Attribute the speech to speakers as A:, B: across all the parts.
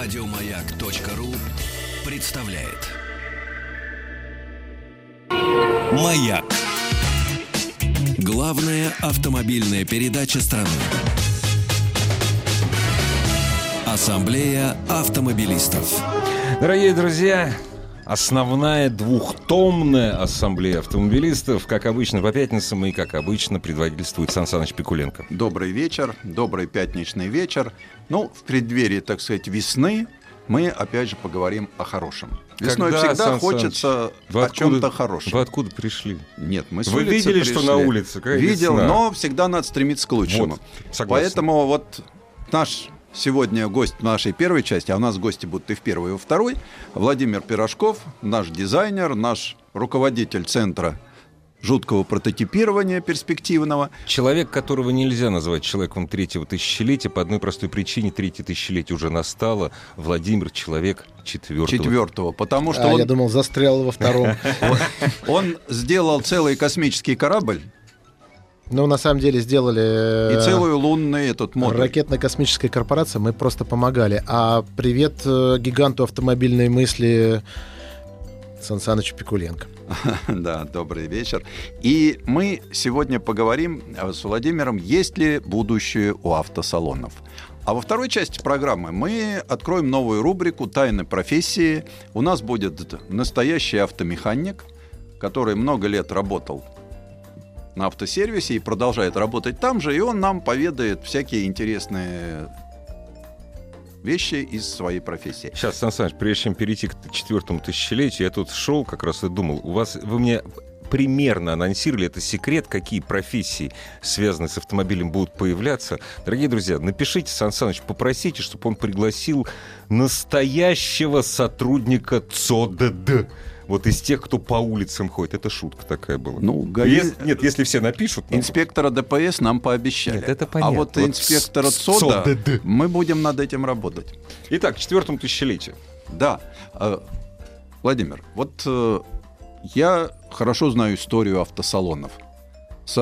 A: Радиомаяк.ру представляет «Маяк». Главная автомобильная передача страны. Ассамблея автомобилистов.
B: Дорогие друзья, основная двухтомная ассамблея автомобилистов, как обычно, по пятницам и, как обычно, предводительствует Сан Саныч Пикуленко.
C: Добрый вечер, добрый пятничный вечер. Ну, в преддверии, так сказать, весны мы опять же поговорим о хорошем. Весной
B: Когда,
C: всегда
B: Сан
C: хочется о чем-то хорошем.
B: Вы откуда пришли?
C: Нет, мы с
B: Вы
C: улицы
B: видели,
C: пришли.
B: что на улице? Какая
C: Видел,
B: весна?
C: но всегда надо стремиться к лучшему.
B: Вот, согласен.
C: Поэтому вот наш сегодня гость в нашей первой части, а у нас гости будут и в первой, и во второй, Владимир Пирожков, наш дизайнер, наш руководитель центра жуткого прототипирования перспективного.
B: Человек, которого нельзя назвать человеком третьего тысячелетия, по одной простой причине: третье тысячелетие уже настало. Владимир — человек четвертого.
C: Потому что
D: я думал, застрял во втором.
C: он сделал целый космический корабль.
D: Ну, на самом деле, сделали...
C: И целую лунный этот модуль.
D: Ракетно-космическая корпорация, мы просто помогали. А привет гиганту автомобильной мысли Сан Санычу Пикуленко.
C: Да, добрый вечер. И мы сегодня поговорим с Владимиром, есть ли будущее у автосалонов. А во второй части программы мы откроем новую рубрику «Тайны профессии». У нас будет настоящий автомеханик, который много лет работал на автосервисе и продолжает работать там же, и он нам поведает всякие интересные вещи из своей профессии.
B: Сейчас, Сан Саныч, прежде чем перейти к четвертому тысячелетию, я тут шел как раз и думал, вы мне примерно анонсировали, это секрет, какие профессии, связанные с автомобилем, будут появляться. Дорогие друзья, напишите, Сан Саныч, попросите, чтобы он пригласил настоящего сотрудника ЦОДД. Вот из тех, кто по улицам ходит. Это шутка такая была. Если все напишут...
C: Инспектора ДПС нам пообещали.
B: Нет, это понятно.
C: А вот инспектора ЦОДа мы будем над этим работать.
B: Итак, к четвертому тысячелетию.
C: Да. Владимир, вот я хорошо знаю историю автосалонов. С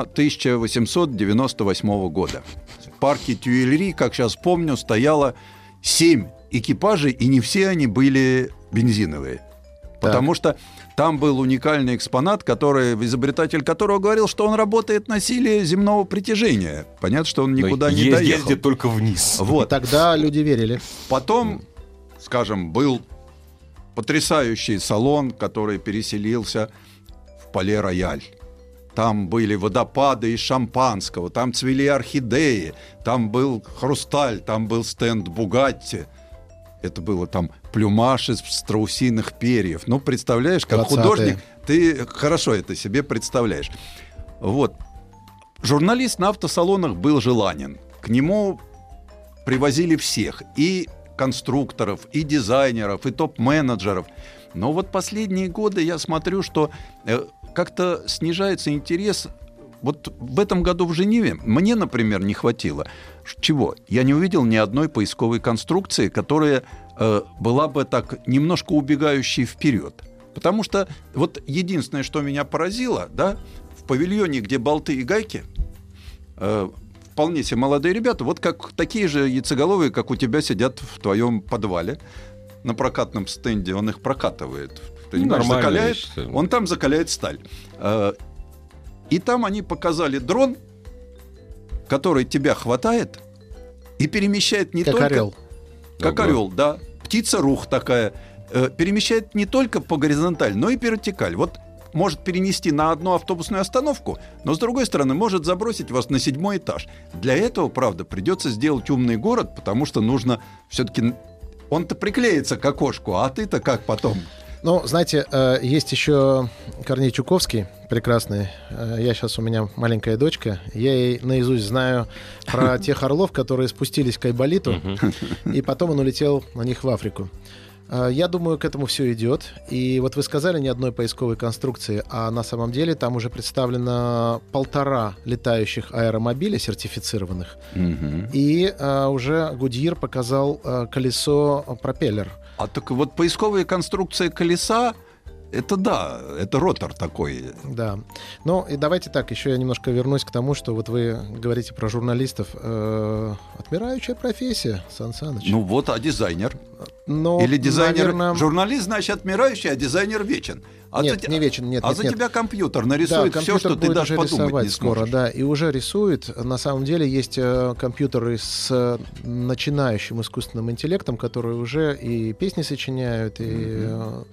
C: 1898 года. В парке Тюильри, как сейчас помню, стояло 7 экипажей, и не все они были бензиновые. Потому что там был уникальный экспонат, изобретатель которого говорил, что он работает на силе земного притяжения. Понятно, что он никуда не доехал.
B: Ездит только вниз.
D: Вот. И тогда люди верили.
C: Потом, скажем, был потрясающий салон, который переселился в Пале-Рояль. Там были водопады из шампанского, там цвели орхидеи, там был хрусталь, там был стенд Бугатти. Это было там плюмаж из страусиных перьев. Ну, представляешь, как
D: 20-е.
C: Художник, ты хорошо это себе представляешь. Вот. Журналист на автосалонах был желанен. К нему привозили всех. И конструкторов, и дизайнеров, и топ-менеджеров. Но вот последние годы я смотрю, что как-то снижается интерес. Вот в этом году в Женеве мне, например, не хватило. Чего? Я не увидел ни одной поисковой конструкции, которая была бы так немножко убегающей вперед. Потому что вот единственное, что меня поразило, да, в павильоне, где болты и гайки, вполне себе молодые ребята, вот как такие же яйцеголовые, как у тебя, сидят в твоем подвале на прокатном стенде, он их прокатывает. Ты понимаешь, закаляет, он там закаляет сталь. И там они показали дрон, который тебя хватает и перемещает не
D: как
C: только...
D: орел.
C: Как орел, да. Птица-рух такая. Перемещает не только по горизонтали, но и по вертикали. Вот может перенести на одну автобусную остановку, но, с другой стороны, может забросить вас на 7-й этаж. Для этого, правда, придется сделать умный город, потому что нужно все-таки... Он-то приклеится к окошку, а ты-то как потом...
D: Ну, знаете, есть еще Корней Чуковский, прекрасный. У меня маленькая дочка. Я ей наизусть знаю про тех орлов, которые спустились к Айболиту, и потом он улетел на них в Африку. Я думаю, к этому все идет. И вот вы сказали ни одной поисковой конструкции, а на самом деле там уже представлено 1,5 летающих аэромобиля сертифицированных. И уже Goodyear показал колесо-пропеллер.
C: А так вот поисковая конструкция колеса это да, это ротор такой.
D: Да. Ну, и давайте так, еще я немножко вернусь к тому, что вот вы говорите про журналистов. Отмирающая профессия, Сан Саныч.
C: Ну вот, а дизайнер?
D: Но,
C: Или дизайнер?
D: наверное...
C: Журналист, значит, отмирающий, а дизайнер вечен.
D: Нет, не вечен, нет.
C: За тебя компьютер нарисует все, что ты даже подумать не
D: скоро,
C: сможешь.
D: да, и уже рисует. На самом деле есть компьютеры с начинающим искусственным интеллектом, которые уже и песни сочиняют, и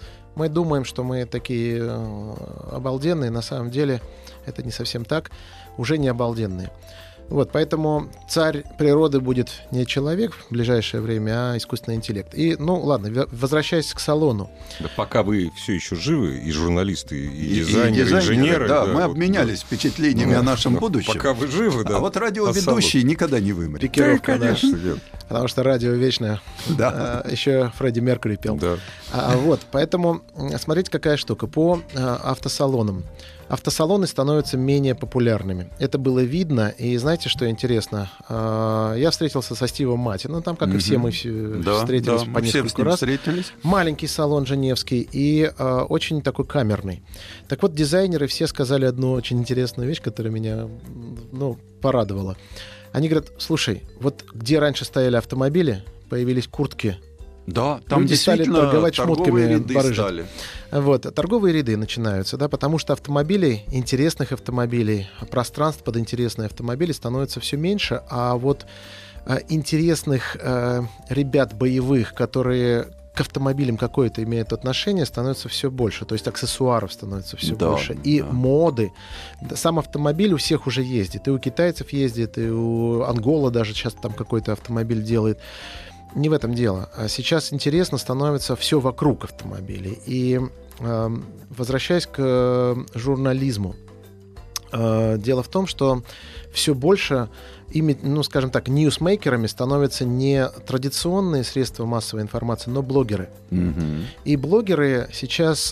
D: мы думаем, что мы такие обалденные. На самом деле это не совсем так, уже не обалденные. Вот, поэтому царь природы будет не человек в ближайшее время, а искусственный интеллект. И, ну, ладно, возвращаясь к салону.
B: Да пока вы все еще живы, и журналисты, и дизайнеры, и инженеры.
C: Да,
B: да,
C: мы
B: вот,
C: впечатлениями впечатлениями о нашем будущем.
B: Пока вы живы, да.
C: А вот радиоведущий никогда не вымрет.
D: Пикировка,
B: да, конечно,
D: да. Потому что радио вечное.
C: Да.
D: Еще Фредди Меркьюри пел.
B: Да.
D: Вот, поэтому смотрите, какая штука. По автосалонам. Автосалоны становятся менее популярными. Это было видно. И знаете, что интересно? Я встретился со Стивом Матином, там, как и все мы встретились по несколько раз.
C: Встретились.
D: Маленький салон женевский и очень такой камерный. Так вот, дизайнеры все сказали одну очень интересную вещь, которая меня порадовала. Они говорят, слушай, вот где раньше стояли автомобили, появились куртки.
C: Да, там
D: люди стали торговать шмотками, барыжить. Вот, торговые ряды начинаются, да, потому что автомобилей, интересных автомобилей, пространств под интересные автомобили становится все меньше, а вот интересных ребят боевых, которые к автомобилям какое-то имеют отношение, становится все больше. То есть аксессуаров становится все больше. И моды. Сам автомобиль у всех уже ездит. И у китайцев ездит, и у Ангола даже сейчас там какой-то автомобиль делает. Не в этом дело. А сейчас интересно становится все вокруг автомобилей. И возвращаясь к журнализму, дело в том, что все больше, скажем так, ньюсмейкерами становятся не традиционные средства массовой информации, но блогеры. И блогеры сейчас,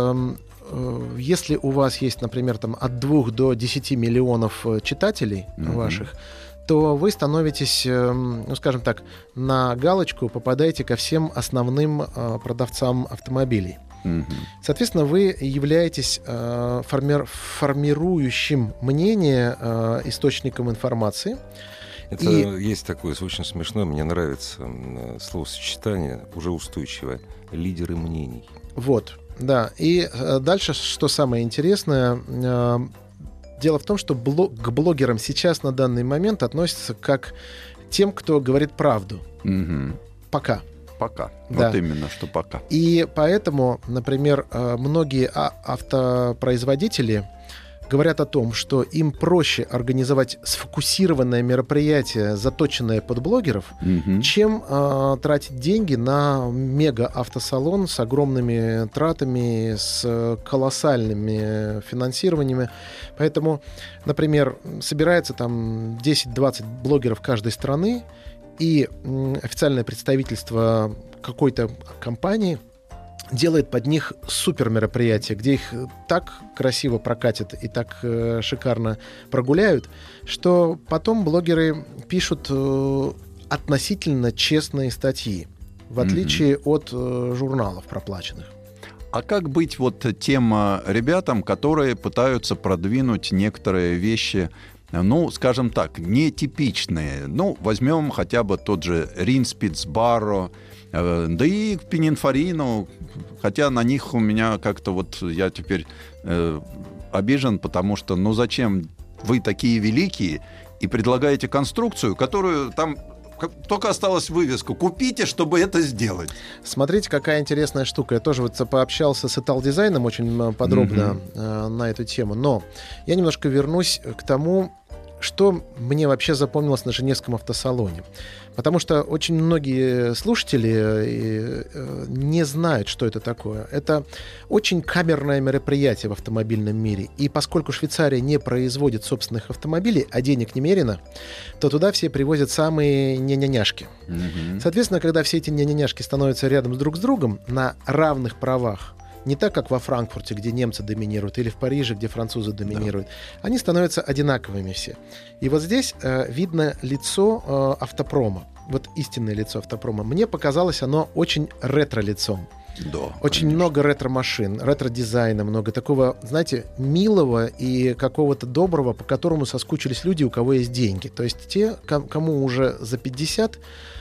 D: если у вас есть, например, там, от 2 до 10 миллионов читателей ваших, то вы становитесь, скажем так, на галочку попадаете ко всем основным продавцам автомобилей. Соответственно, вы являетесь формирующим мнение источником информации.
B: Это есть такое очень смешное, мне нравится словосочетание, уже устойчивое, лидеры мнений.
D: Вот, да. И дальше, что самое интересное, дело в том, что к блогерам сейчас на данный момент относятся как тем, кто говорит правду. Пока.
C: Да. Вот именно, что пока.
D: И поэтому, например, многие автопроизводители говорят о том, что им проще организовать сфокусированное мероприятие, заточенное под блогеров, чем тратить деньги на мега-автосалон с огромными тратами, с колоссальными финансированиями. Поэтому, например, собирается там 10-20 блогеров каждой страны, и официальное представительство какой-то компании делает под них супер мероприятие, где их так красиво прокатят и так шикарно прогуляют, что потом блогеры пишут относительно честные статьи, в отличие от журналов проплаченных.
C: А как быть вот тем ребятам, которые пытаются продвинуть некоторые вещи, скажем так, нетипичные? Возьмем хотя бы тот же Ринспиц, Барро, да и Пининфарину, хотя на них у меня как-то я теперь обижен, потому что зачем вы такие великие и предлагаете конструкцию, которую там только осталась вывеска «Купите, чтобы это сделать».
D: Смотрите, какая интересная штука. Я тоже пообщался с Ital-дизайном очень подробно на эту тему, но я немножко вернусь к тому, что мне вообще запомнилось на Женевском автосалоне. Потому что очень многие слушатели не знают, что это такое. Это очень камерное мероприятие в автомобильном мире. И поскольку Швейцария не производит собственных автомобилей, а денег немерено, то туда все привозят самые няняняшки. Соответственно, когда все эти няняняшки становятся рядом друг с другом на равных правах, не так, как во Франкфурте, где немцы доминируют, или в Париже, где французы доминируют. Они становятся одинаковыми все. И вот здесь видно лицо автопрома. Вот истинное лицо автопрома. Мне показалось оно очень ретро-лицом.
C: Да,
D: Очень
C: конечно.
D: много ретро-машин, ретро-дизайна, много такого, знаете, милого и какого-то доброго, по которому соскучились люди, у кого есть деньги. То есть те, кому уже за 50,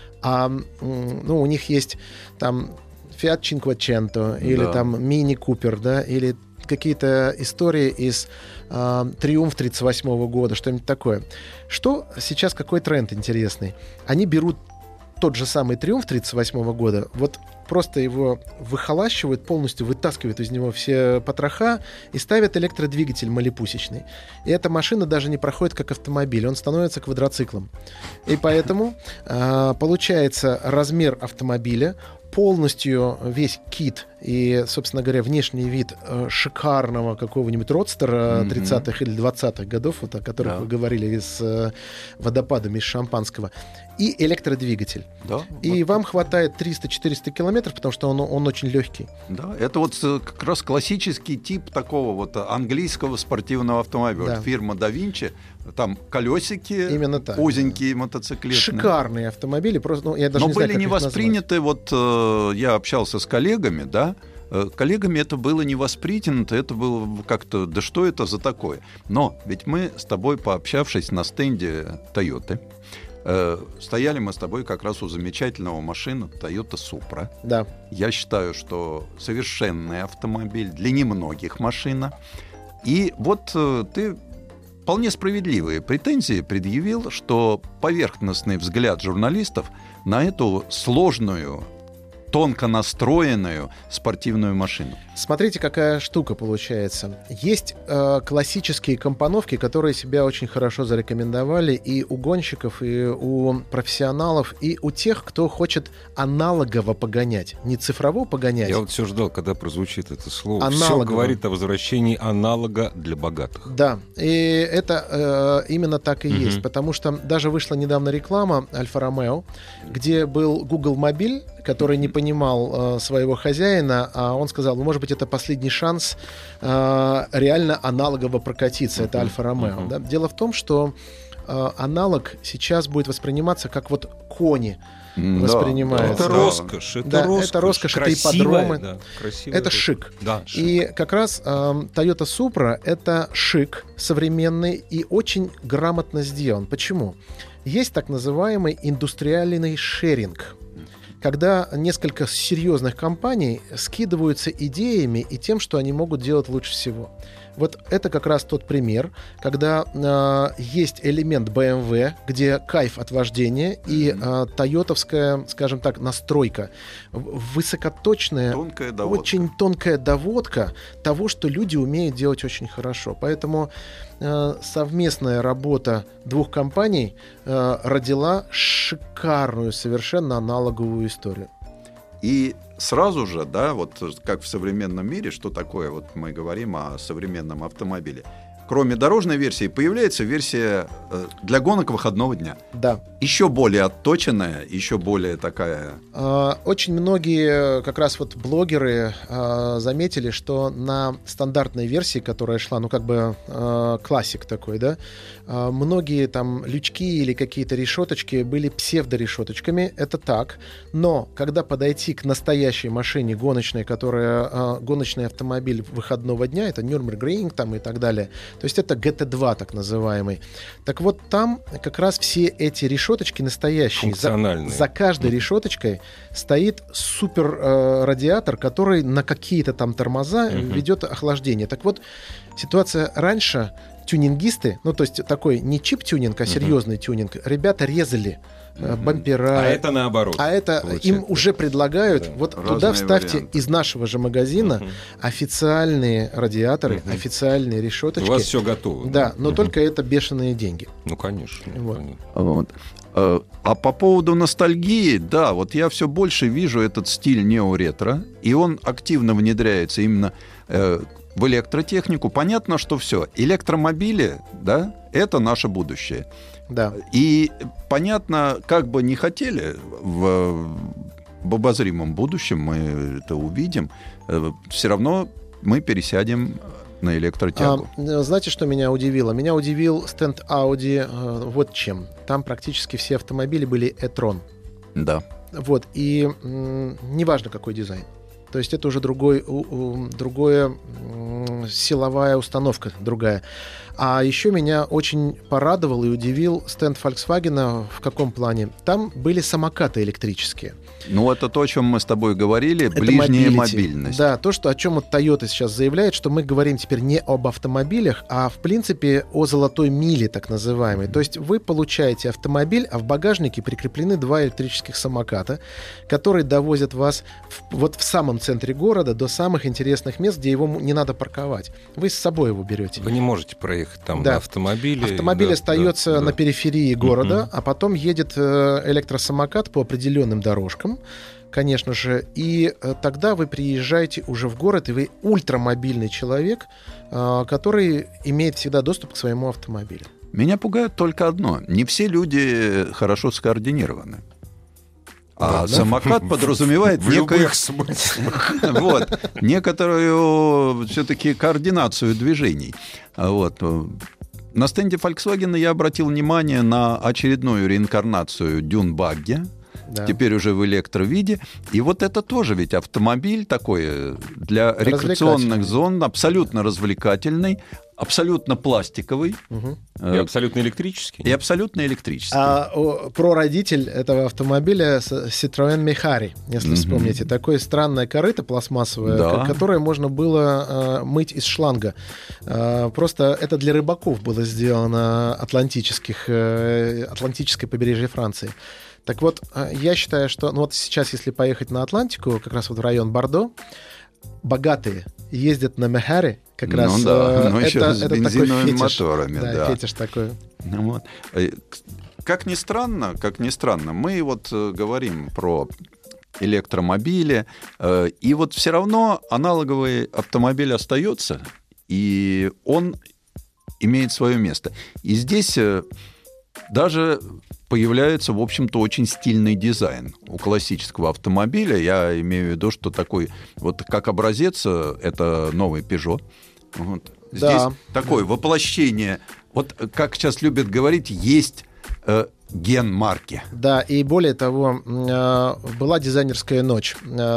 D: у них есть там Fiat Cinquecento или
C: Да.
D: там Mini Cooper, да, или какие-то истории из Триумф 38 года, что-нибудь такое. Что сейчас, какой тренд интересный? Они берут тот же самый Триумф 38 года, вот просто его выхолащивают, полностью вытаскивают из него все потроха и ставят электродвигатель малипусечный. И эта машина даже не проходит как автомобиль, он становится квадроциклом. И поэтому получается размер автомобиля, полностью весь кит и, собственно говоря, внешний вид шикарного какого-нибудь родстера 30-х или 20-х годов, вот о которых вы говорили, с водопадами из шампанского, и электродвигатель.
C: Да,
D: И вам хватает 300-400 километров, потому что он очень легкий.
C: да, это вот как раз классический тип такого вот английского спортивного автомобиля.
D: Да.
C: Вот фирма Da Vinci, там колесики,
D: Именно так,
C: узенькие мотоциклетные.
D: Шикарные автомобили, просто, я даже
C: Но
D: не знаю,
C: были
D: как
C: не
D: их назвать.
C: восприняты, вот я общался с коллегами, да, коллегами это было не воспринято, это было как-то, да что это за такое? Но ведь мы с тобой, пообщавшись на стенде Toyota, стояли мы с тобой как раз у замечательного машины Toyota Supra.
D: Да.
C: Я считаю, что совершенный автомобиль, для немногих машина. И вот ты вполне справедливые претензии предъявил, что поверхностный взгляд журналистов на эту сложную, тонко настроенную спортивную машину.
D: Смотрите, какая штука получается. Есть классические компоновки, которые себя очень хорошо зарекомендовали и у гонщиков, и у профессионалов, и у тех, кто хочет аналогово погонять. Не цифрово погонять.
B: Я вот все ждал, когда прозвучит это слово. Все
D: Аналогово.
B: говорит о возвращении аналога для богатых.
D: Да, и это именно так и есть, потому что даже вышла недавно реклама Альфа-Ромео, где был Google Мобиль, который не понимал своего хозяина, а он сказал, ну, может быть, это последний шанс реально аналогово прокатиться. Это Альфа-Ромео. Да? Дело в том, что аналог сейчас будет восприниматься как вот кони воспринимается.
B: Это
D: Да.
B: роскошь. Это
D: Да,
B: роскошь.
D: это роскошь, это
B: Красивая,
D: ипподромы.
B: да, красивая
D: Это
B: роскошь.
D: шик.
B: Да, шик.
D: И как раз Toyota Supra — это шик современный и очень грамотно сделан. Почему? Есть так называемый индустриальный шеринг, когда несколько серьезных компаний скидываются идеями и тем, что они могут делать лучше всего. Вот это как раз тот пример, когда есть элемент BMW, где кайф от вождения и тойотовская, скажем так, настройка. Высокоточная,
C: Тонкая доводка.
D: очень тонкая доводка того, что люди умеют делать очень хорошо. Поэтому совместная работа двух компаний родила шикарную, совершенно аналоговую историю.
C: И сразу же, да, вот как в современном мире, что такое, вот мы говорим о современном автомобиле. Кроме дорожной версии, появляется версия для гонок выходного дня.
D: Да.
C: Еще более отточенная, еще более такая...
D: Очень многие как раз вот блогеры заметили, что на стандартной версии, которая шла, ну как бы классик такой, да, многие там лючки или какие-то решеточки были псевдорешеточками, это так, но когда подойти к настоящей машине гоночной, которая гоночный автомобиль выходного дня, это Nürburgring там и так далее, то есть это GT2 так называемый, так вот там как раз все эти решеточки настоящие.
B: Функциональные.
D: За каждой решеточкой стоит супер радиатор, который на какие-то там тормоза ведет охлаждение. Так вот, ситуация раньше, тюнингисты, ну то есть такой не чип-тюнинг, а серьезный тюнинг, ребята резали бампера.
B: А это наоборот.
D: А это
B: получается.
D: им уже предлагают,
B: Да.
D: вот
C: Разные
D: туда вставьте
C: варианты.
D: из нашего же магазина официальные радиаторы, официальные решеточки.
B: У вас все готово.
D: Да, но только это бешеные деньги.
B: Ну, конечно.
D: Вот.
B: конечно.
C: Вот. А по поводу ностальгии, да, вот я все больше вижу этот стиль нео-ретро, и он активно внедряется именно в электротехнику. Понятно, что все, электромобили, да, это наше будущее.
D: Да.
C: И понятно, как бы не хотели в обозримом будущем мы это увидим, все равно мы пересядем на электротягу.
D: Знаете, что меня удивило? Меня удивил стенд Audi вот чем. Там практически все автомобили были e-tron.
C: Да.
D: Вот, и неважно, какой дизайн. То есть это уже другая силовая установка, другая. А еще меня очень порадовал и удивил стенд Volkswagen. В каком плане? Там были самокаты электрические.
C: Ну, это то, о чем мы с тобой говорили, ближняя мобильность.
D: Да, то, о чем вот Toyota сейчас заявляет, что мы говорим теперь не об автомобилях, а в принципе о золотой миле, так называемой. То есть вы получаете автомобиль, а в багажнике прикреплены 2 электрических самоката, которые довозят вас вот в самом центре города до самых интересных мест, где его не надо парковать. Вы с собой его берете.
B: Вы не можете проехать там на автомобиле.
D: Автомобиль остается на периферии города, а потом едет электросамокат по определенным дорожкам, конечно же, и тогда вы приезжаете уже в город, и вы ультрамобильный человек, который имеет всегда доступ к своему автомобилю.
C: Меня пугает только одно. Не все люди хорошо скоординированы. А самокат подразумевает некоторую все-таки координацию движений. Вот. На стенде Volkswagen я обратил внимание на очередную реинкарнацию дюнбагги. Да. Теперь уже в электровиде. И вот это тоже ведь автомобиль такой для рекреационных зон, абсолютно развлекательный, абсолютно пластиковый.
B: И абсолютно электрический.
C: И абсолютно электрический.
D: Прародитель этого автомобиля Citroën Méhari, если вспомните. Такое странное корыто пластмассовое, которое можно было мыть из шланга. Просто это для рыбаков было сделано атлантическое побережье Франции. Так вот, я считаю, что вот сейчас, если поехать на Атлантику, как раз вот в район Бордо, богатые ездят на Méhari, как раз
C: это с бензиновыми моторами.
D: Да, фетиш такой.
C: Вот. Как ни странно, мы вот говорим про электромобили, и вот все равно аналоговый автомобиль остается, и он имеет свое место. И здесь даже появляется, в общем-то, очень стильный дизайн у классического автомобиля. Я имею в виду, что такой, вот как образец, это новый Peugeot. Вот. Здесь такое воплощение, вот как сейчас любят говорить, есть ген марки.
D: Да, и более того, была дизайнерская ночь.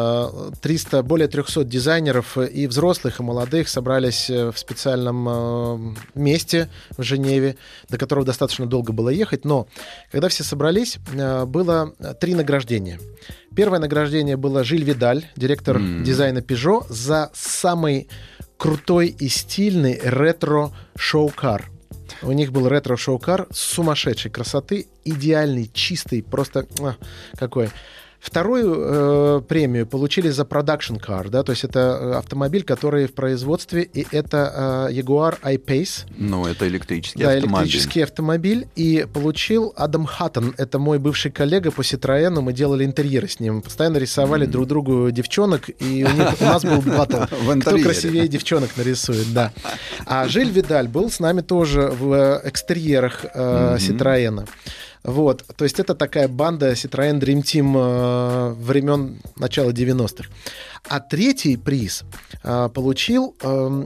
D: Более 300 дизайнеров и взрослых, и молодых собрались в специальном месте в Женеве, до которого достаточно долго было ехать. Но когда все собрались, было 3 награждения. Первое награждение было Жиль Видаль, директор дизайна Peugeot, за самый крутой и стильный ретро-шоу-кар. У них был ретро-шоу-кар сумасшедшей красоты, идеальный, чистый, просто какой. Вторую премию получили за Production Car, да, то есть это автомобиль, который в производстве, и это Jaguar I-Pace.
C: Ну, это электрический автомобиль.
D: Да, электрический автомобиль, и получил Адам Хаттон, это мой бывший коллега по Citroën, мы делали интерьеры с ним, постоянно рисовали друг другу девчонок, и у нас был баттл, кто красивее девчонок нарисует, да. А Жиль Видаль был с нами тоже в экстерьерах Citroën. Вот, то есть это такая банда Citroën Dream Team времен начала 90-х. А третий приз получил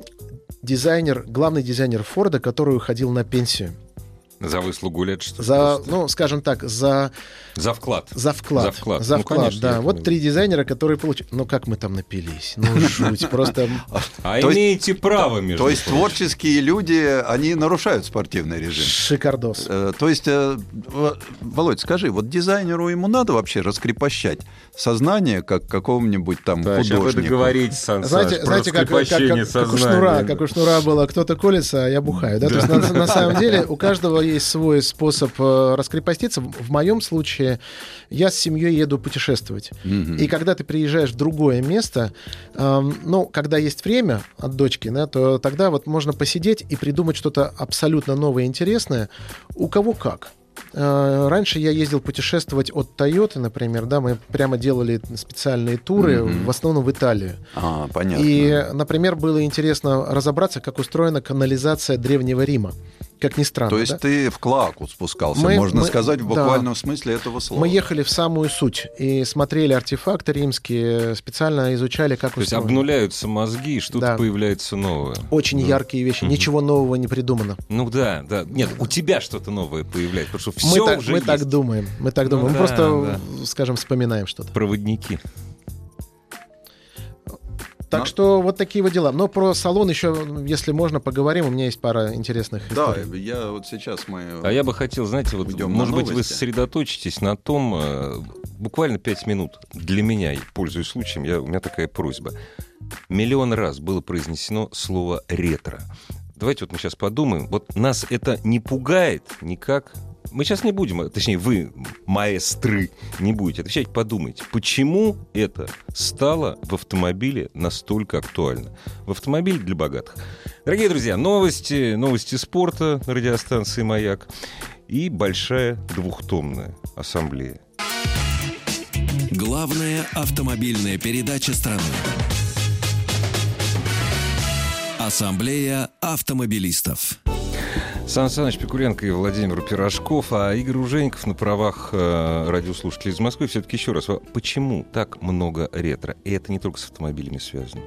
D: главный дизайнер Форда, который уходил на пенсию.
B: За выслугу лет, что ли?
D: Ну, скажем так, за вклад. За вклад, конечно, да. Вот 3 дизайнера, которые получили... Ну, как мы там напились? Ну, жуть, просто...
B: А имеете право, между
C: То есть творческие люди, они нарушают спортивный режим.
D: Шикардос.
C: То есть, Володь, скажи, вот дизайнеру ему надо вообще раскрепощать сознание, как какому-нибудь там художнику?
B: Сейчас вы договоритесь, Сан Саныч,
D: знаете, как у Шнура было, кто-то колется, а я бухаю. Да? То есть, на самом деле, у каждого есть свой способ раскрепоститься. В моем случае я с семьей еду путешествовать. И когда ты приезжаешь в другое место, когда есть время от дочки, да, то тогда вот можно посидеть и придумать что-то абсолютно новое и интересное. У кого как. Раньше я ездил путешествовать от Toyota, например, да, мы прямо делали специальные туры, в основном в Италию.
C: Понятно.
D: И, например, было интересно разобраться, как устроена канализация Древнего Рима. Как ни странно.
C: То есть ты в Клоаку спускался, можно сказать, в буквальном смысле этого слова.
D: Мы ехали в самую суть и смотрели артефакты римские, специально изучали, как устроено.
B: То есть обнуляются мозги, и что-то появляется новое.
D: Очень яркие вещи, ничего нового не придумано.
B: Ну да. Нет, у тебя что-то новое появляется, потому что все уже
D: есть. Мы так думаем. Мы просто, скажем, вспоминаем что-то.
B: Проводники.
D: Так что вот такие вот дела. Но про салон еще, если можно, поговорим. У меня есть пара интересных историй.
C: Да, я вот сейчас
B: А я бы хотел, знаете, вот, может быть, вы сосредоточитесь на том, буквально 5 минут для меня, пользуясь случаем, у меня такая просьба. Миллион раз было произнесено слово «ретро». Давайте вот мы сейчас подумаем. Вот нас это не пугает никак. Мы сейчас не будем, точнее, вы, маэстры, не будете отвечать. Подумайте, почему это стало в автомобиле настолько актуально? В автомобиле для богатых. Дорогие друзья, новости спорта на радиостанции «Маяк» и большая двухтомная ассамблея.
A: Главная автомобильная передача страны. Ассамблея автомобилистов.
B: Сан Саныч Пикуленко и Владимир Пирожков, а Игорь Ужеников на правах радиослушателей из Москвы. Все-таки еще раз, почему так много ретро? И это не только с автомобилями связано.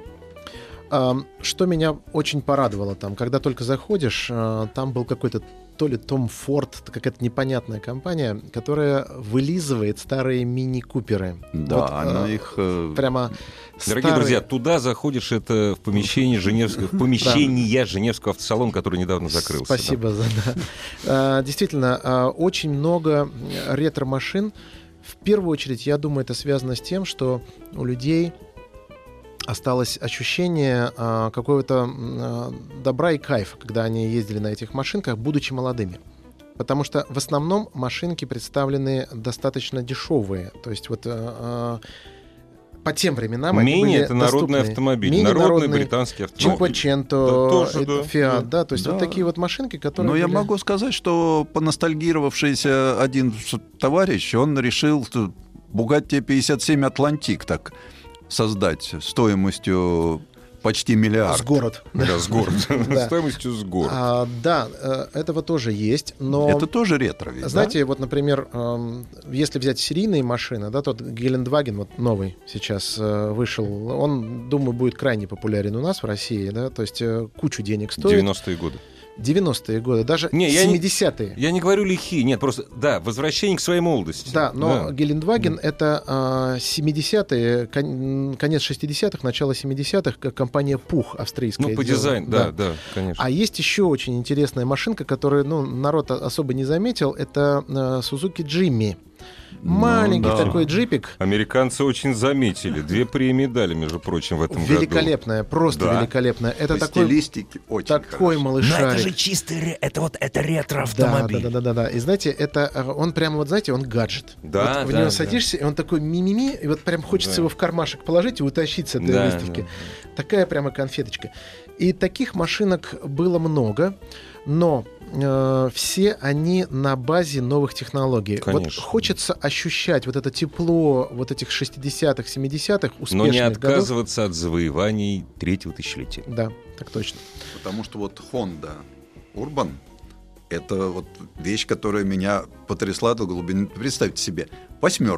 D: Что меня очень порадовало там, когда только заходишь, там был какой-то то ли Том Форд, какая-то непонятная компания, которая вылизывает старые мини-куперы.
C: Да,
D: вот,
C: она их...
D: Прямо
B: Дорогие друзья, туда заходишь, это в помещение Женевского автосалона, который недавно закрылся.
D: Спасибо за да. Действительно, очень много ретро-машин. В первую очередь, я думаю, это связано с тем, что у людей осталось ощущение какого-то добра и кайфа, когда они ездили на этих машинках, будучи молодыми. Потому что в основном машинки представлены достаточно дешевые. То есть вот по тем временам они
B: Мини —
D: были
B: это народный
D: доступны.
B: автомобиль,
D: Мини,
B: народный британский автомобиль.
D: Чинкваченто, Фиат, да, то есть вот такие вот машинки, которые...
C: Но я
D: были...
C: могу сказать, что поностальгировавшийся один товарищ, он решил Bugatti 57 Атлантик так создать стоимостью почти миллиард.
D: С город.
B: Да, с город. Стоимостью с город.
D: Да, этого тоже есть, но...
C: Это тоже ретро ведь,
D: знаете, вот, например, если взять серийные машины, да, тот Гелендваген, вот новый сейчас вышел, он, думаю, будет крайне популярен у нас в России, да, то есть кучу денег стоит.
B: 90-е годы.
D: 90-е годы, даже 70-е.
B: Я не говорю лихие, нет, просто, да, возвращение к своей молодости.
D: Да, но Гелендваген — это 70-е, конец 60-х, начало 70-х, как компания Пух австрийская.
B: Ну, по дизайну, да, конечно.
D: А есть еще очень интересная машинка, которую, народ особо не заметил, это Suzuki Jimmy. Маленький такой джипик.
B: Американцы очень заметили. 2 премии дали, между прочим, в этом
D: великолепная,
B: году.
D: просто великолепная. Это
C: такой стилистики очень
D: такой малышарик.
E: Но это же чистый, это ретро-автомобиль.
D: Да. И знаете, он прямо, вот знаете, он гаджет.
B: Да,
D: вот в него садишься, и он такой мимими, и вот прям хочется его в кармашек положить и утащить с этой выставки. Такая прямо конфеточка. И таких машинок было много, но все они на базе новых технологий.
B: Конечно.
D: Вот хочется ощущать вот это тепло вот этих 60-х, 70-х успешных
B: но не
D: годов.
B: отказываться от завоеваний 3-го тысячелетия.
D: Да, так точно.
C: Потому что вот Honda Urban — это вот вещь, которая меня потрясла до глубины. Представьте себе, 8,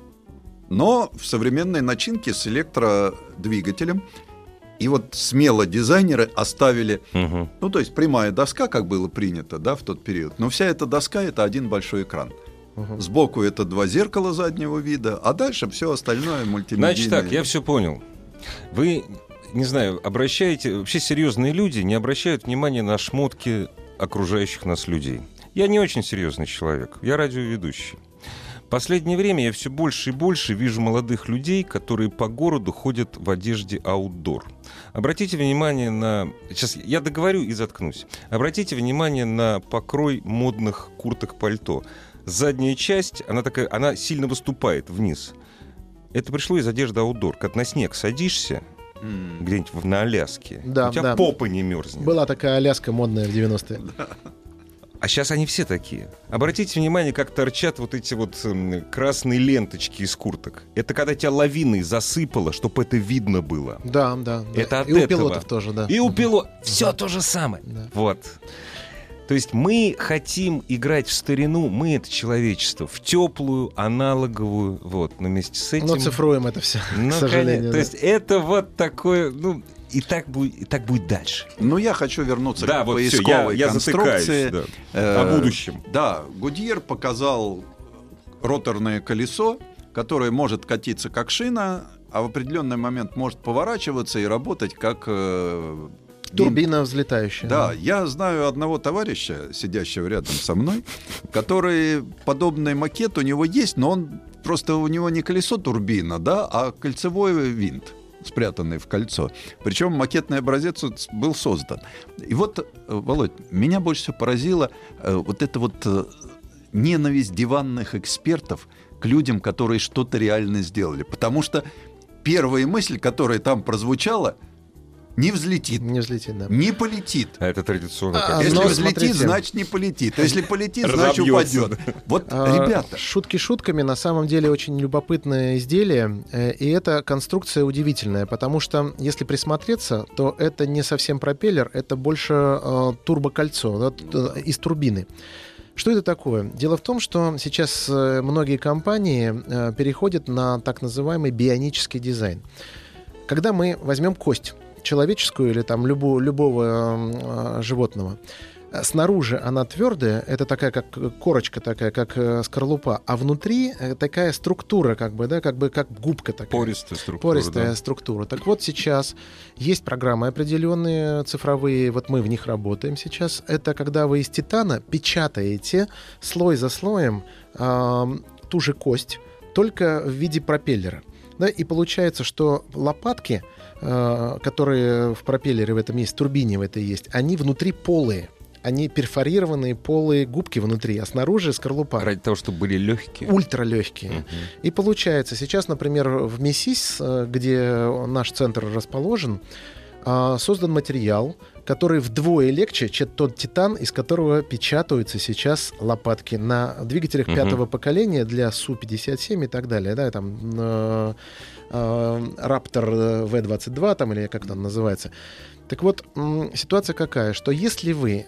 C: но в современной начинке с электродвигателем. И вот смело дизайнеры оставили, то есть прямая доска, как было принято, да, в тот период, но вся эта доска — это один большой экран. Сбоку это 2 зеркала заднего вида, а дальше все остальное мультимедийное.
B: Значит так, я все понял. Вы, не знаю, вообще серьезные люди не обращают внимания на шмотки окружающих нас людей. Я не очень серьезный человек, я радиоведущий. В последнее время я все больше и больше вижу молодых людей, которые по городу ходят в одежде аутдор. Обратите внимание на... Сейчас я договорю и заткнусь. Обратите внимание на покрой модных курток-пальто. Задняя часть, она сильно выступает вниз. Это пришло из одежды аутдор. Когда на снег садишься, где-нибудь на Аляске, у тебя попа не мерзнет.
D: Была такая Аляска модная в 90-е.
B: А сейчас они все такие. Обратите внимание, как торчат вот эти вот красные ленточки из курток. Это когда тебя лавиной засыпало, чтобы это видно было.
D: Да.
B: Это от
D: и у
B: этого.
D: Пилотов тоже, да.
B: И у пилотов. Все то же самое.
D: Да.
B: Вот. То есть мы хотим играть в старину, мы — это человечество, в теплую, аналоговую, вот, но вместе с этим...
D: Но цифруем это все, к сожалению.
B: То есть это вот такое, и так будет дальше.
C: Но я хочу вернуться к
B: вот
C: поисковой
B: я
C: конструкции.
B: О будущем.
C: Да, Гудьер показал роторное колесо, который может катиться как шина, а в определенный момент может поворачиваться и работать как...
D: турбина взлетающая.
C: Да, я знаю одного товарища, сидящего рядом со мной, который подобный макет у него есть, но он просто у него не колесо турбина, да, а кольцевой винт, спрятанный в кольцо. Причем макетный образец был создан. И вот, Володь, меня больше всего поразило вот эта вот ненависть диванных экспертов к людям, которые что-то реально сделали. Потому что первая мысль, которая там прозвучала, не взлетит.
D: Не взлетит, да.
C: Не полетит.
B: А это традиционно.
C: Если
D: но,
C: взлетит,
D: смотрите,
C: значит не полетит. А если полетит, значит упадет. Вот, ребята.
D: Шутки шутками, на самом деле очень любопытное изделие. И эта конструкция удивительная, потому что, если присмотреться, то это не совсем пропеллер, это больше турбокольцо, да, из турбины. Что это такое? Дело в том, что сейчас многие компании переходят на так называемый бионический дизайн. Когда мы возьмем кость, человеческую или там любого животного, снаружи она твердая, это такая как корочка такая, как скорлупа, а внутри такая структура, как губка такая.
B: Пористая структура.
D: Пористая структура. Так вот сейчас есть программы определенные цифровые, вот мы в них работаем сейчас. Это когда вы из титана печатаете слой за слоем ту же кость, только в виде пропеллера. Да, и получается, что лопатки, которые в пропеллере в этом есть, в турбине в этой есть, они внутри полые. Они перфорированные полые губки внутри, а снаружи скорлупа.
B: Ради того, чтобы были легкие.
D: Ультралегкие. И получается, сейчас, например, в МИСИС, где наш центр расположен, создан материал, который вдвое легче, чем тот титан, из которого печатаются сейчас лопатки на двигателях пятого поколения для Су-57 и так далее. Да, там Raptor V22, там, или как там называется. Так вот, ситуация какая, что если вы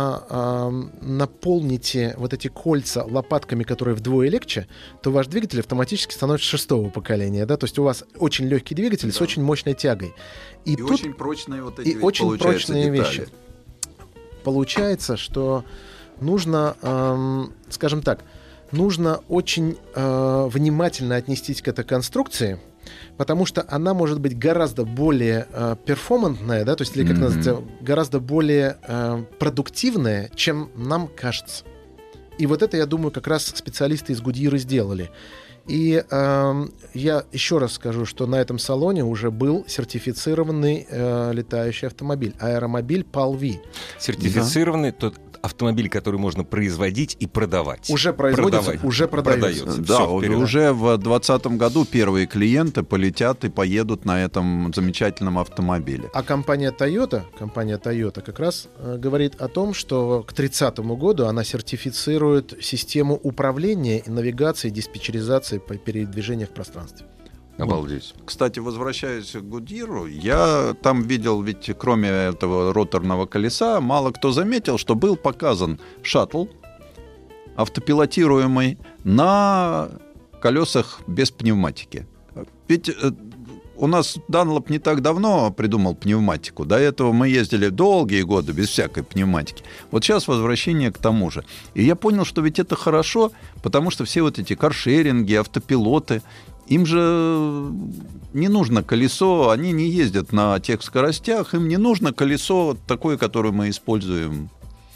D: наполните вот эти кольца лопатками, которые вдвое легче, то ваш двигатель автоматически становится шестого поколения. Да? То есть у вас очень легкий двигатель с очень мощной тягой. И тут
C: очень прочные вот эти
D: и очень прочные вещи. Получается, что нужно, скажем так, нужно очень внимательно отнестись к этой конструкции, потому что она может быть гораздо более перформантная, да, то есть, или как называется, гораздо более продуктивная, чем нам кажется. И вот это, я думаю, как раз специалисты из Goodyear сделали. И я еще раз скажу, что на этом салоне уже был сертифицированный летающий автомобиль, аэромобиль PAL-V.
B: Сертифицированный тот автомобиль, который можно производить и продавать.
D: Уже производится, уже продается.
C: Да,
B: Всё,
C: уже в 2020 году первые клиенты полетят и поедут на этом замечательном автомобиле.
D: А компания Toyota как раз говорит о том, что к 30 году она сертифицирует систему управления и навигации, диспетчеризации по передвижению в пространстве.
B: Обалдеть.
C: Кстати, возвращаясь к Goodyear, я там видел, ведь кроме этого роторного колеса, мало кто заметил, что был показан шаттл автопилотируемый на колесах без пневматики. Ведь у нас Dunlop не так давно придумал пневматику. До этого мы ездили долгие годы без всякой пневматики. Вот сейчас возвращение к тому же. И я понял, что ведь это хорошо, потому что все вот эти каршеринги, автопилоты, им же не нужно колесо, они не ездят на тех скоростях, им не нужно колесо такое, которое мы используем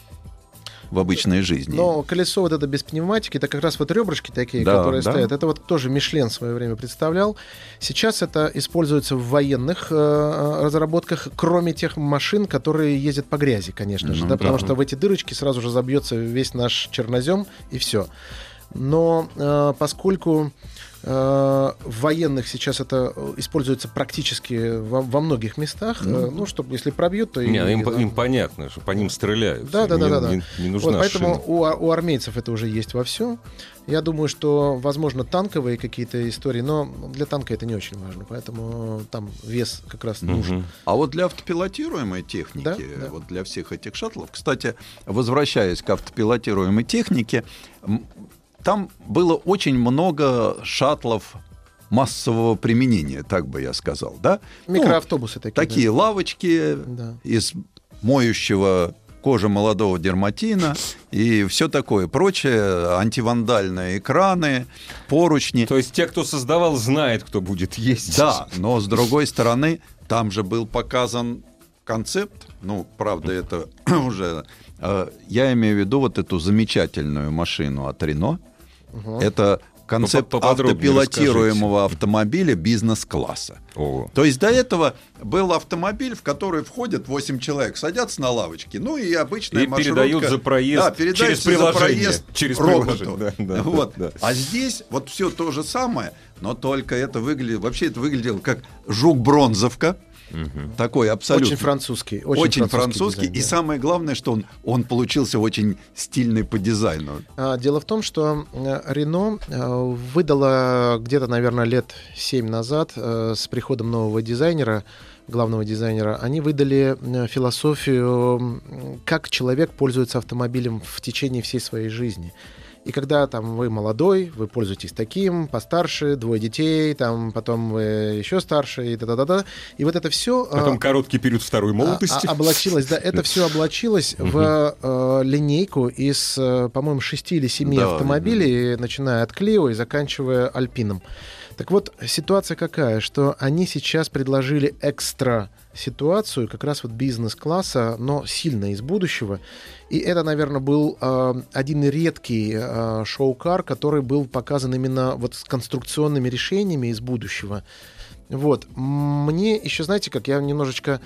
C: в обычной жизни.
D: Но колесо вот это без пневматики, это как раз вот ребрышки такие, которые стоят. Это вот тоже Мишлен в свое время представлял. Сейчас это используется в военных разработках, кроме тех машин, которые ездят по грязи, конечно же. Да, потому что в эти дырочки сразу же забьется весь наш чернозем, и все. Но поскольку в военных сейчас это используется практически во многих местах, ну, чтобы если пробьют, то...
B: Им понятно, что по ним стреляют.
D: Да.
B: Не нужна
D: вот, поэтому у армейцев это уже есть вовсю. Я думаю, что, возможно, танковые какие-то истории, но для танка это не очень важно, поэтому там вес как раз нужен.
C: А вот для автопилотируемой техники, вот для всех этих шаттлов, кстати, возвращаясь к автопилотируемой технике, там было очень много шаттлов массового применения, так бы я сказал, да?
D: Микроавтобусы такие.
C: Такие лавочки из моющего кожа молодого дерматина и все такое прочее, антивандальные экраны, поручни.
B: То есть те, кто создавал, знает, кто будет ездить.
C: Да, но с другой стороны, там же был показан концепт, ну, правда, это уже... Я имею в виду вот эту замечательную машину от Renault. Это концепт автопилотируемого автомобиля бизнес-класса. То есть до этого был автомобиль, в который входят 8 человек, садятся на лавочке, ну и обычная маршрутка.
B: И передают за проезд через приложение.
C: Через роботу. Да. А здесь вот все то же самое, но только это выглядело как жук-бронзовка. Такой абсолютно.
D: Очень французский.
C: Очень французский. Дизайн, да. И самое главное, что он получился очень стильный по дизайну.
D: Дело в том, что Renault выдала где-то, наверное, лет 7 назад с приходом нового дизайнера, главного дизайнера, они выдали философию, как человек пользуется автомобилем в течение всей своей жизни. И когда там вы молодой, вы пользуетесь таким, постарше, 2 детей, там потом вы еще старше, и да-да-да. И вот это все...
B: Потом короткий период второй молодости.
D: Облачилось, да, это все облачилось в линейку из, по-моему, 6 или 7 автомобилей, начиная от Clio и заканчивая Альпином. Так вот, ситуация какая, что они сейчас предложили экстра ситуацию как раз вот бизнес-класса, но сильно из будущего. И это, наверное, был один редкий шоу-кар, который был показан именно вот с конструкционными решениями из будущего. Вот. Мне еще, знаете, как я немножечко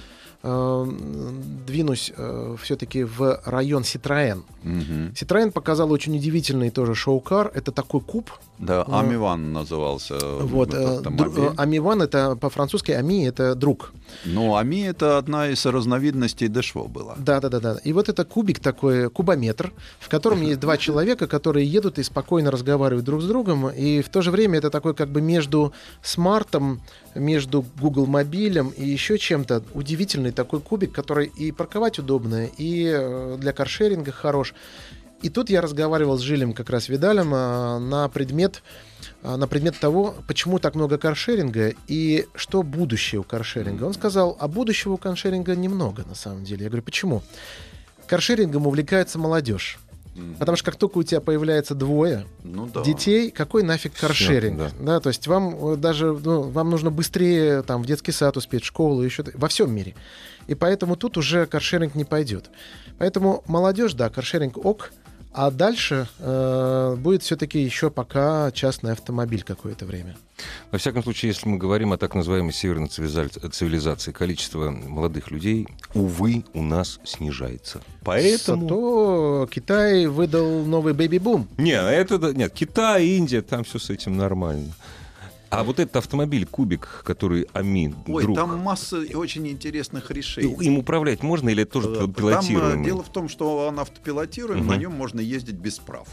D: двинусь все-таки в район Citroën. Citroën показал очень удивительный тоже шоу-кар. Это такой куб.
C: Да, Ами-Ван назывался.
D: Вот, Ами-Ван, это по-французски Ами, это друг.
C: Ну, Ами — это одна из разновидностей Дэшво была.
D: Да. И вот это кубик такой, кубометр, в котором есть 2 человека, которые едут и спокойно разговаривают друг с другом. И в то же время это такой как бы между смартом, между Google мобилем и еще чем-то удивительный такой кубик, который и парковать удобно, и для каршеринга хорош. И тут я разговаривал с Жилем как раз Видалем на предмет того, почему так много каршеринга и что будущее у каршеринга. Он сказал, а будущего у каршеринга немного на самом деле. Я говорю, почему? Каршерингом увлекается молодежь. Потому что как только у тебя появляется 2 детей, какой нафиг каршеринг? Да, то есть вам даже вам нужно быстрее там, в детский сад успеть, в школу, еще во всем мире. И поэтому тут уже каршеринг не пойдет. Поэтому молодежь, да, каршеринг ок, а дальше будет все-таки еще пока частный автомобиль какое-то время.
B: Во всяком случае, если мы говорим о так называемой северной цивилизации, количество молодых людей, увы, у нас снижается. Поэтому...
D: Зато Китай выдал новый бэйби-бум.
B: Нет, Китай, Индия, там все с этим нормально. А вот этот автомобиль, кубик, который Ами, друг...
C: там масса очень интересных решений.
B: Им управлять можно или это тоже пилотируемый?
C: Там дело в том, что он автопилотируем, на нем можно ездить без прав.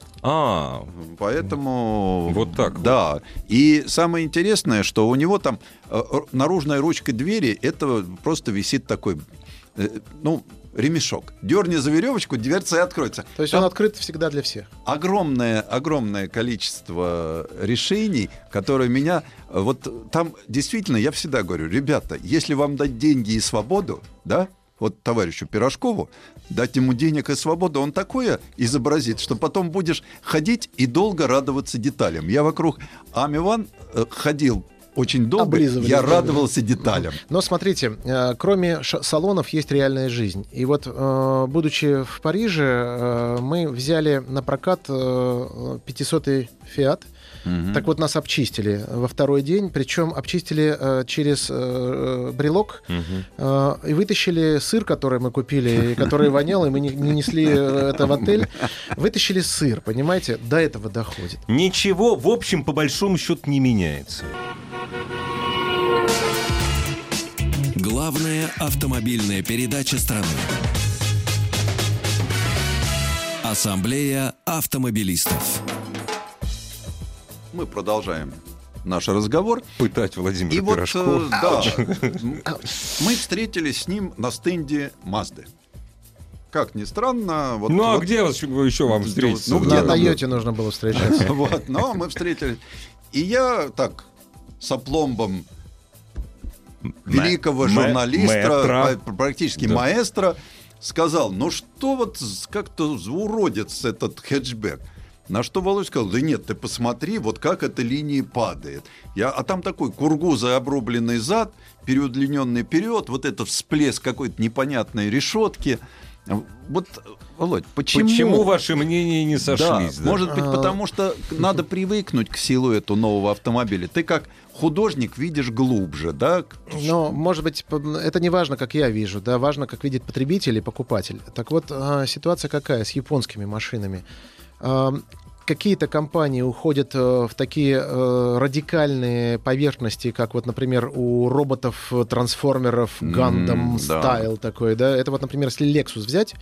C: Поэтому...
B: Вот так.
C: Да. Вот. И самое интересное, что у него там наружная ручка двери, это просто висит такой... ремешок. Дерни за веревочку, дверца и откроется.
D: То есть он открыт всегда для всех.
C: Огромное количество решений, которые меня... Вот там действительно, я всегда говорю, ребята, если вам дать деньги и свободу, да, вот товарищу Пирожкову, дать ему денег и свободу, он такое изобразит, что потом будешь ходить и долго радоваться деталям. Я вокруг Ами-Ван ходил очень долго, я радовался деталям.
D: Но смотрите, кроме салонов есть реальная жизнь. И вот, будучи в Париже, мы взяли на прокат 500-й Фиат. Так вот, нас обчистили во второй день, причем обчистили через брелок и вытащили сыр, который мы купили, который вонял, и мы не несли это в отель. Вытащили сыр, понимаете? До этого доходит.
B: Ничего, в общем, по большому счету не меняется.
A: Главная автомобильная передача страны. Ассамблея автомобилистов.
C: Мы продолжаем наш разговор.
B: Пытать Владимира Пирожкова.
C: Мы встретились с ним на стенде Мазды. Как ни странно...
B: а где еще вам встретиться?
D: На Тойоте нужно было встречаться.
C: Но мы встретились. И я так с опломбом великого журналиста, практически маэстро, сказал, ну что вот как-то уродец этот хэтчбэк. На что Володя сказал, да нет, ты посмотри, вот как эта линия падает. А там такой кургузый обрубленный зад, переудлиненный вперед, вот этот всплеск какой-то непонятной решетки. Вот, Володь,
B: почему ваши мнения не сошлись?
C: Да, может быть, потому что надо привыкнуть к силуэту нового автомобиля. Ты как художник видишь глубже, да?
D: Но, может быть, это не важно, как я вижу, да, важно, как видит потребитель и покупатель. Так вот, ситуация какая с японскими машинами? Какие-то компании уходят в такие радикальные поверхности, как вот, например, у роботов-трансформеров Gundam Style такой, да. Это вот, например, если Lexus взять,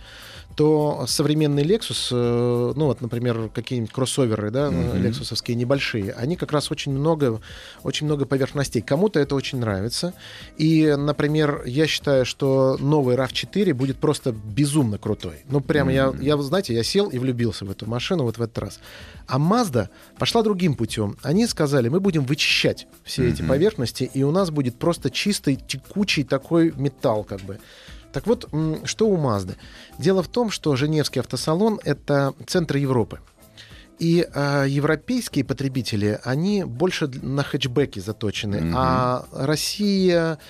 D: то современный Lexus, ну вот, например, какие-нибудь кроссоверы, да, лексусовские небольшие, они как раз очень много поверхностей. Кому-то это очень нравится. И, например, я считаю, что новый RAV4 будет просто безумно крутой. Ну, прямо я, знаете, я сел и влюбился в эту машину вот в этот раз. А Mazda пошла другим путем. Они сказали, мы будем вычищать все эти поверхности, и у нас будет просто чистый, текучий такой металл, как бы. Так вот, что у Mazda? Дело в том, что Женевский автосалон — это центр Европы. И европейские потребители, они больше на хэтчбеки заточены. А Россия,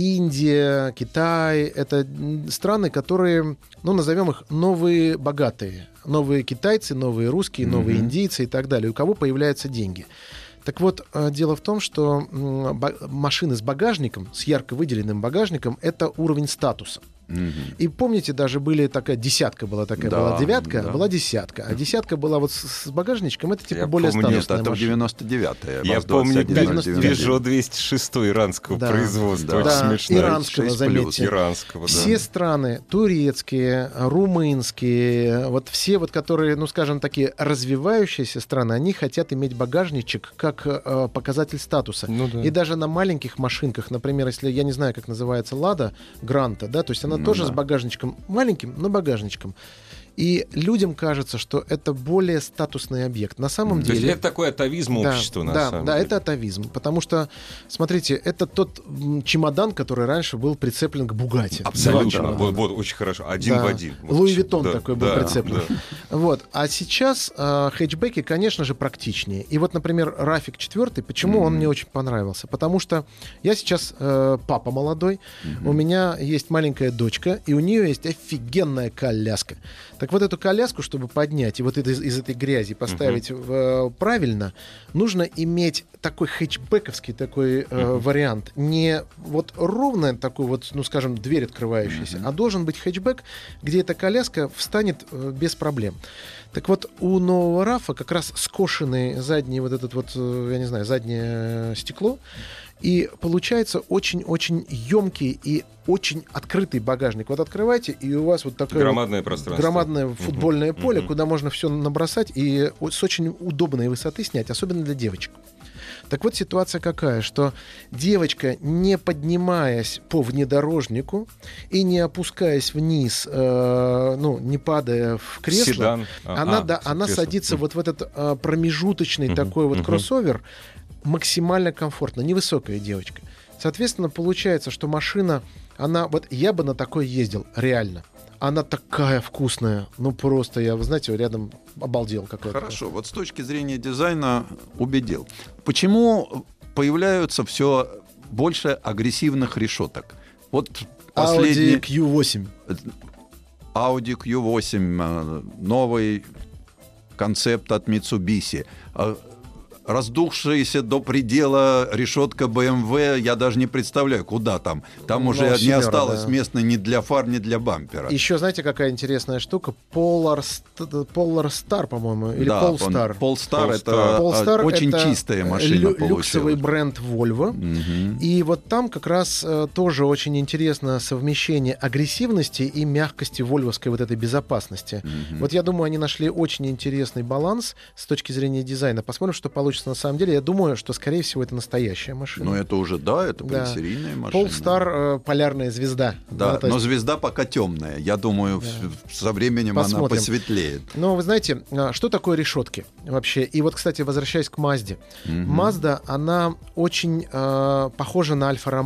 D: Индия, Китай — это страны, которые, ну, назовем их новые богатые. Новые китайцы, новые русские, новые индийцы и так далее, у кого появляются деньги. Так вот, дело в том, что машины с багажником, с ярко выделенным багажником, это уровень статуса. И помните, даже десятка была такая, была девятка, была десятка. А десятка была вот с багажничком, это типа более статусная
C: это
D: машина.
C: 99-е.
B: Я помню Peugeot 206 иранского производства.
D: Да,
B: очень смешно.
D: иранского, заметьте.
B: Иранского, да.
D: Все страны, турецкие, румынские, вот все, вот, которые, ну, скажем, такие развивающиеся страны, они хотят иметь багажничек как показатель статуса.
B: Ну, да.
D: И даже на маленьких машинках, например, если, я не знаю, как называется, Лада Гранта, да, то есть она тоже с багажничком маленьким, но багажничком. И людям кажется, что это более статусный объект. На самом деле...
B: То есть это такой атовизм общества, на самом деле.
D: Да, это атовизм. Потому что, смотрите, это тот чемодан, который раньше был прицеплен к Бугатти.
B: Абсолютно. Вот, очень хорошо. Один в один.
D: Луи Виттон такой был прицеплен. Да. Вот. А сейчас хэтчбеки, конечно же, практичнее. И вот, например, Рафик 4, почему он мне очень понравился? Потому что я сейчас папа молодой, у меня есть маленькая дочка, и у нее есть офигенная коляска. Так вот эту коляску, чтобы поднять и вот из этой грязи поставить правильно, нужно иметь такой хэтчбековский такой вариант. Не вот ровно такой вот, ну, скажем, дверь открывающаяся, а должен быть хэтчбэк, где эта коляска встанет без проблем. Так вот, у нового RAV как раз скошенный задний вот этот вот, я не знаю, заднее стекло, и получается очень-очень емкий и очень открытый багажник. Вот открывайте, и у вас вот такое
B: громадное пространство.
D: Громадное футбольное поле, куда можно все набросать и с очень удобной высоты снять, особенно для девочек. Так вот, ситуация какая, что девочка, не поднимаясь по внедорожнику и не опускаясь вниз, не падая в кресло,
B: Седан.
D: Она садится вот в этот промежуточный такой вот кроссовер, максимально комфортно, невысокая девочка. Соответственно, получается, что машина, вот я бы на такой ездил, реально. Она такая вкусная, ну просто я, вы знаете, рядом обалдел какой-то.
C: Хорошо, вот с точки зрения дизайна убедил. Почему появляются все больше агрессивных решеток? Вот последний...
D: Audi Q8.
C: Audi Q8, новый концепт от Mitsubishi. Раздувшаяся до предела решетка BMW, я даже не представляю, куда там. Там уже не осталось места ни для фар, ни для бампера.
D: Еще знаете, какая интересная штука? Polar Star, по-моему, или Polestar.
C: Polestar это очень чистая машина получилась.
D: Люксовый бренд Volvo. И вот там как раз тоже очень интересно совмещение агрессивности и мягкости вольвовской вот этой безопасности. Вот я думаю, они нашли очень интересный баланс с точки зрения дизайна. Посмотрим, что получится на самом деле. Я думаю, что, скорее всего, это настоящая машина.
C: Но это уже, это предсерийная машина.
D: Polestar полярная звезда.
C: Да, но звезда пока темная. Я думаю, со временем она посветлеет.
D: Но вы знаете, что такое решетки вообще? И вот, кстати, возвращаясь к Mazda. Mazda, она очень похожа на Альфа-Ромео.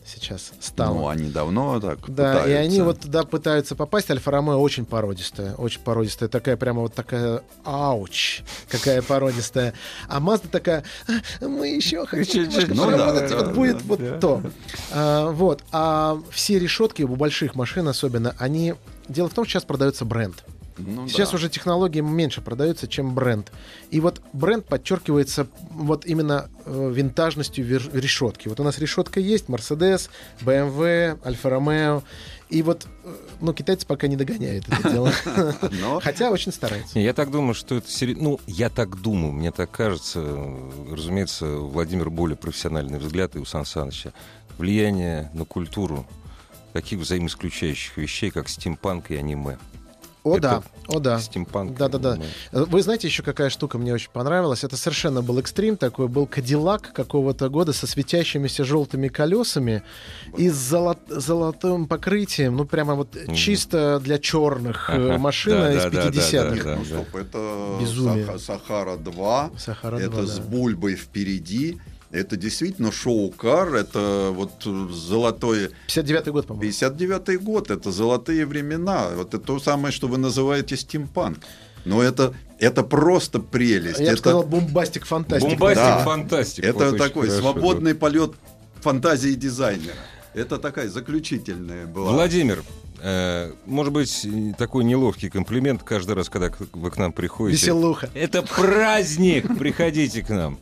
D: сейчас стало.
C: Ну, они давно так
D: Да,
C: пытаются.
D: и они вот туда пытаются попасть. Альфа-Ромео очень породистая, такая прямо вот такая, ауч, какая породистая. А Мазда такая, мы еще хотим немножко поработать, и вот будет вот то. Вот, а все решетки у больших машин особенно, они... Дело в том, что сейчас продается бренд.
C: Ну,
D: Сейчас
C: да.
D: уже технологии меньше продаются, чем бренд. И вот бренд подчеркивается вот именно винтажностью решетки. Вот у нас решетка есть, Mercedes, BMW, Альфа-Ромео. И вот, ну, китайцы пока не догоняют это дело. Хотя очень стараются.
B: Я так думаю, что это... Ну, я так думаю, мне так кажется. Разумеется, у Владимира более профессиональный взгляд, и у Сан Саныча. Влияние на культуру таких взаимоисключающих вещей, как стимпанк и аниме.
D: О, да.
B: Стимпанк.
D: Да. Вы знаете, еще какая штука мне очень понравилась? Это совершенно был экстрим такой. Был Кадиллак какого-то года со светящимися желтыми колесами и с золотым покрытием. Ну, прямо вот чисто для черных машина из 50-х.
C: Ну, стоп, это
D: Безумие.
C: Сахара-2.
D: Сахара-2,
C: Это с
D: да.
C: бульбой впереди. Это действительно шоу-кар, это вот золотое...
D: 59-й год, по-моему.
C: 59-й год, это золотые времена. Вот это то самое, что вы называете стимпанк. Но это просто прелесть.
D: Я бы сказал, бомбастик-фантастик.
B: Бомбастик-фантастик.
C: Это
B: вот
C: такой
B: хорошо,
C: свободный полет фантазии дизайнера. Это такая заключительная была.
B: Владимир, может быть, такой неловкий комплимент каждый раз, когда вы к нам приходите.
D: Веселуха.
B: Это праздник! Приходите к нам.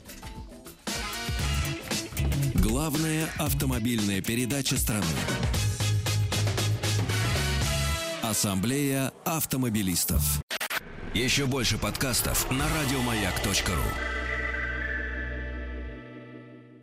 A: Главная автомобильная передача страны. Ассамблея автомобилистов. Еще больше подкастов на радиомаяк.ру.